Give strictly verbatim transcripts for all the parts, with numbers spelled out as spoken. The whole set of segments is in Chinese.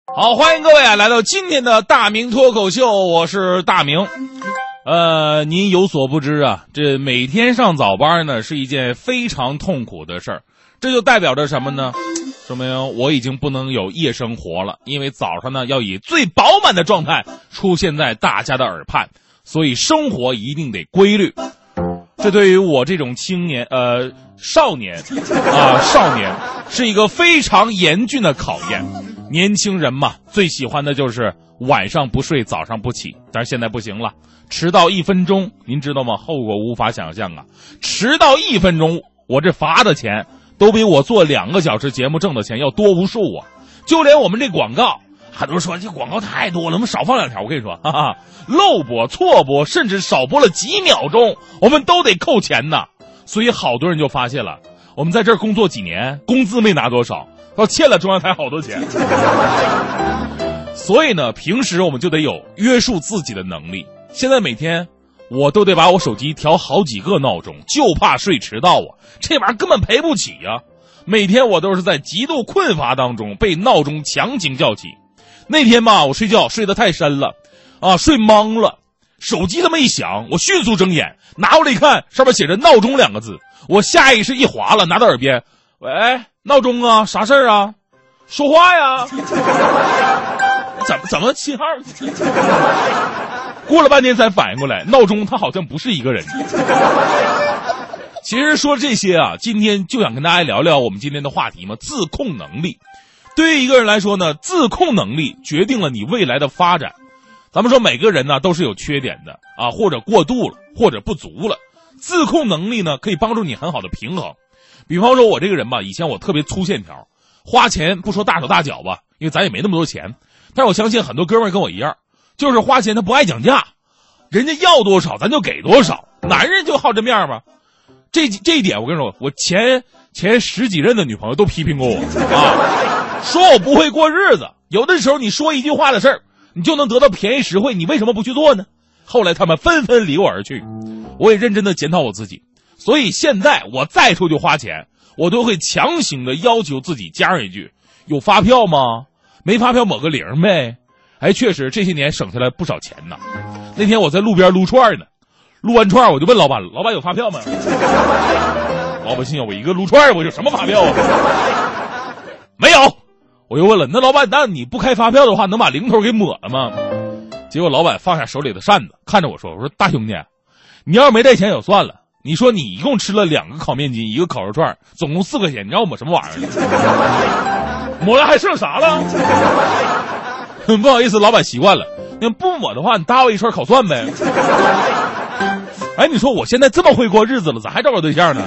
好，欢迎各位啊，来到今天的大明脱口秀，我是大明。呃，您有所不知啊，这每天上早班呢是一件非常痛苦的事儿，这就代表着什么呢？说明我已经不能有夜生活了，因为早上呢要以最饱满的状态出现在大家的耳畔，所以生活一定得规律。这对于我这种青年呃少年啊、呃、少年是一个非常严峻的考验。年轻人嘛，最喜欢的就是晚上不睡早上不起，但是现在不行了，迟到一分钟您知道吗？后果无法想象啊！迟到一分钟我这罚的钱都比我做两个小时节目挣的钱要多无数啊！就连我们这广告，很多人说这广告太多了，我们少放两条。我跟你说，哈哈，漏播、错播，甚至少播了几秒钟，我们都得扣钱呢。所以好多人就发现了，我们在这儿工作几年，工资没拿多少，倒欠了中央台好多钱。所以呢，平时我们就得有约束自己的能力。现在每天我都得把我手机调好几个闹钟，就怕睡迟到啊，这玩意儿根本赔不起呀、啊。每天我都是在极度困乏当中被闹钟强行叫起。那天吧，我睡觉睡得太深了，啊，睡懵了，手机这么一响，我迅速睁眼，拿过来一看，上面写着闹钟两个字，我下意识一划了，拿到耳边，喂，闹钟啊，啥事儿啊？说话呀？怎么怎么信号？过了半天才反应过来，闹钟它好像不是一个人。其实说这些啊，今天就想跟大家聊聊我们今天的话题嘛，自控能力。对于一个人来说呢，自控能力决定了你未来的发展。咱们说每个人呢都是有缺点的啊，或者过度了，或者不足了。自控能力呢可以帮助你很好的平衡。比方说我这个人吧，以前我特别粗线条，花钱不说大手大脚吧，因为咱也没那么多钱，但是我相信很多哥们儿跟我一样，就是花钱他不爱讲价，人家要多少咱就给多少，男人就好这面嘛。这这一点我跟你说，我前前十几任的女朋友都批评过我啊，说我不会过日子。有的时候你说一句话的事儿，你就能得到便宜实惠，你为什么不去做呢？后来他们纷纷离我而去，我也认真的检讨我自己。所以现在我再出去花钱，我都会强行的要求自己加上一句：有发票吗？没发票抹个零呗。哎，确实这些年省下来不少钱呢。那天我在路边撸串呢，撸完串我就问老板：老板有发票吗？老板心想：我一个撸串我有什么发票啊？没有。我又问了：那老板，那你不开发票的话，能把零头给抹了吗？结果老板放下手里的扇子，看着我说：我说大兄弟，你要是没带钱也算了，你说你一共吃了两个烤面筋，一个烤肉串，总共四块钱，你让我抹什么玩意儿？抹了还剩啥了？不好意思，老板习惯了。那不抹的话，你搭我一串烤蒜呗。哎，你说我现在这么会过日子了，咋还找不着对象呢？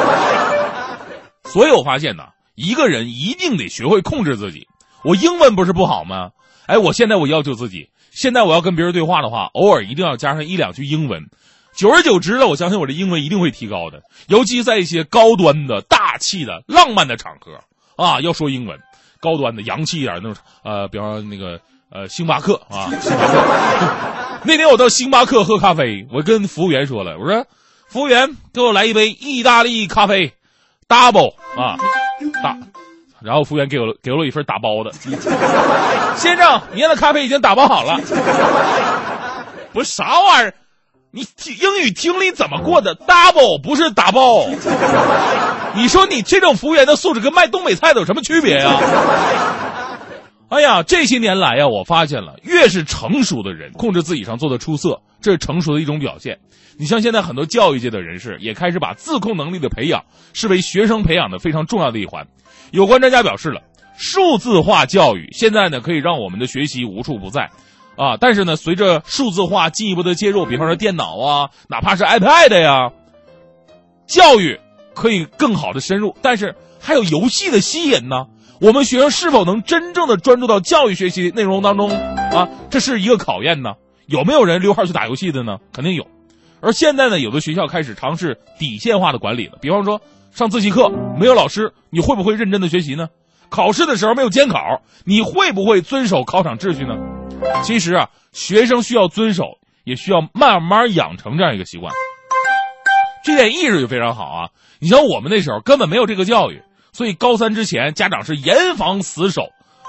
所以我发现呢，一个人一定得学会控制自己。我英文不是不好吗？哎，我现在我要求自己，现在我要跟别人对话的话，偶尔一定要加上一两句英文。久而久之了，我相信我这英文一定会提高的，尤其在一些高端的、大气的、浪漫的场合啊，要说英文，高端的、洋气一点那种，呃，比方说那个呃星巴克啊，星巴克。那天我到星巴克喝咖啡，我跟服务员说了，我说服务员给我来一杯意大利咖啡 ，double 啊，大。然后服务员给我给了我一份打包的，先生，您的咖啡已经打包好了。不是啥玩意儿？你英语听力怎么过的 ？double 不是打包。你说你这种服务员的素质跟卖东北菜的有什么区别呀？哎呀，这些年来呀，我发现了，越是成熟的人，控制自己上做的出色，这是成熟的一种表现。你像现在很多教育界的人士，也开始把自控能力的培养视为学生培养的非常重要的一环。有关专家表示了，数字化教育现在呢可以让我们的学习无处不在啊，但是呢，随着数字化进一步的介入，比方说电脑啊，哪怕是 iPad 呀，教育可以更好的深入，但是还有游戏的吸引呢。我们学生是否能真正的专注到教育学习内容当中啊？这是一个考验呢。有没有人溜号去打游戏的呢？肯定有。而现在呢，有的学校开始尝试底线化的管理了，比方说上自习课没有老师，你会不会认真的学习呢？考试的时候没有监考，你会不会遵守考场秩序呢？其实啊，学生需要遵守，也需要慢慢养成这样一个习惯。这点意识就非常好啊！你像我们那时候根本没有这个教育，所以高三之前家长是严防死守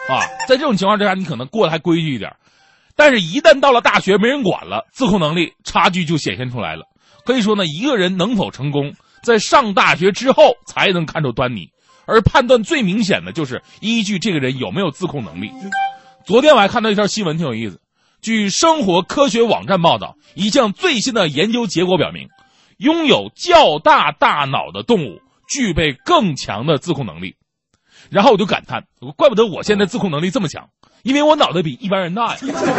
啊，在这种情况之下，你可能过得还规矩一点，但是一旦到了大学没人管了，自控能力差距就显现出来了。可以说呢，一个人能否成功，在上大学之后才能看出端倪，而判断最明显的就是依据这个人有没有自控能力。昨天我还看到一条新闻挺有意思，据生活科学网站报道，一项最新的研究结果表明，拥有较大大脑的动物具备更强的自控能力。然后我就感叹，怪不得我现在自控能力这么强，因为我脑袋比一般人大呀。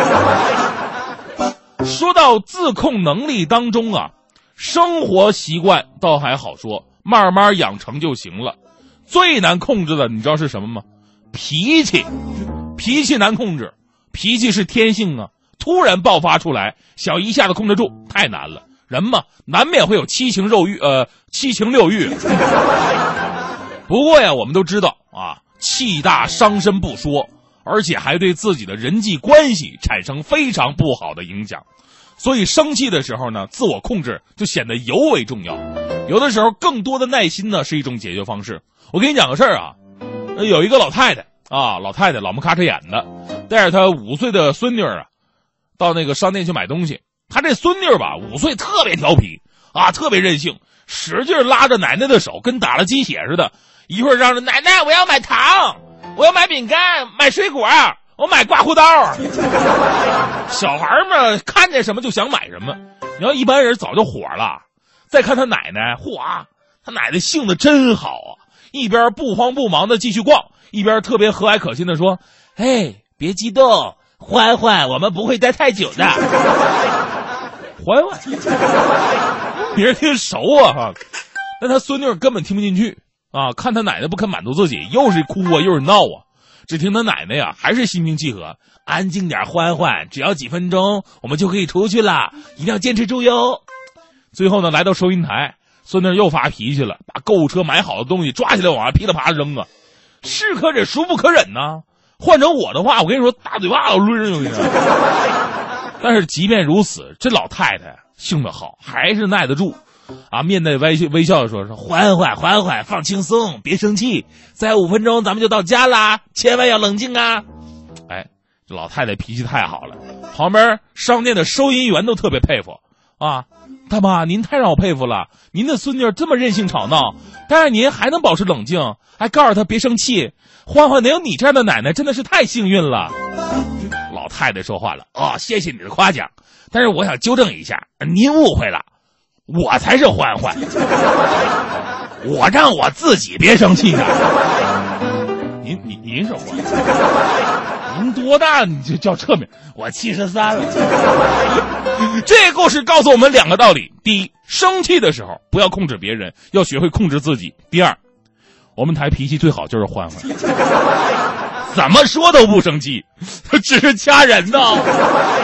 说到自控能力当中啊，生活习惯倒还好说，慢慢养成就行了。最难控制的你知道是什么吗？脾气。脾气难控制，脾气是天性啊，突然爆发出来，想一下子控制住太难了。人嘛，难免会有七情肉欲，呃，七情六欲。不过呀，我们都知道啊，气大伤身不说，而且还对自己的人际关系产生非常不好的影响。所以生气的时候呢，自我控制就显得尤为重要。有的时候，更多的耐心呢是一种解决方式。我给你讲个事儿啊，有一个老太太。啊，老太太老木咔哧眼的，带着她五岁的孙女啊，到那个商店去买东西。她这孙女吧，五岁，特别调皮啊，特别任性，使劲拉着奶奶的手，跟打了鸡血似的。一会儿让着奶奶，我要买糖，我要买饼干，买水果，我买刮胡刀。小孩嘛，看见什么就想买什么。你要一般人早就火了。再看他奶奶，嚯，他奶奶性子真好啊，一边不慌不忙的继续逛。一边特别和蔼可亲的说：“哎，别激动，欢欢，我们不会待太久的。”欢欢，别人听熟啊哈，但他孙女根本听不进去啊，看他奶奶不肯满足自己，又是哭啊，又是闹啊。只听他奶奶呀，还是心平气和：“安静点，欢欢，只要几分钟，我们就可以出去了，一定要坚持住哟。”最后呢，来到收银台，孙女又发脾气了，把购物车买好的东西抓起来往上噼里啪啦扔啊。是可忍，孰不可忍呢？换成我的话，我跟你说，大嘴巴子抡上去。但是即便如此，这老太太性子好，还是耐得住，啊，面带微笑微笑的说：“说欢欢欢欢，放轻松，别生气，再五分钟咱们就到家啦，千万要冷静啊！”哎，这老太太脾气太好了，旁边商店的收银员都特别佩服啊。大妈，您太让我佩服了，您的孙女这么任性吵闹，但是您还能保持冷静，还告诉她别生气。欢欢能有你这样的奶奶真的是太幸运了。老太太说话了：“哦，谢谢你的夸奖，但是我想纠正一下，您误会了，我才是欢欢，我让我自己别生气呢。您您您是欢欢，您多大你就叫这名？我七十三了。”这个故事告诉我们两个道理：第一，生气的时候不要控制别人，要学会控制自己；第二，我们台脾气最好就是欢欢，怎么说都不生气，只是掐人呢。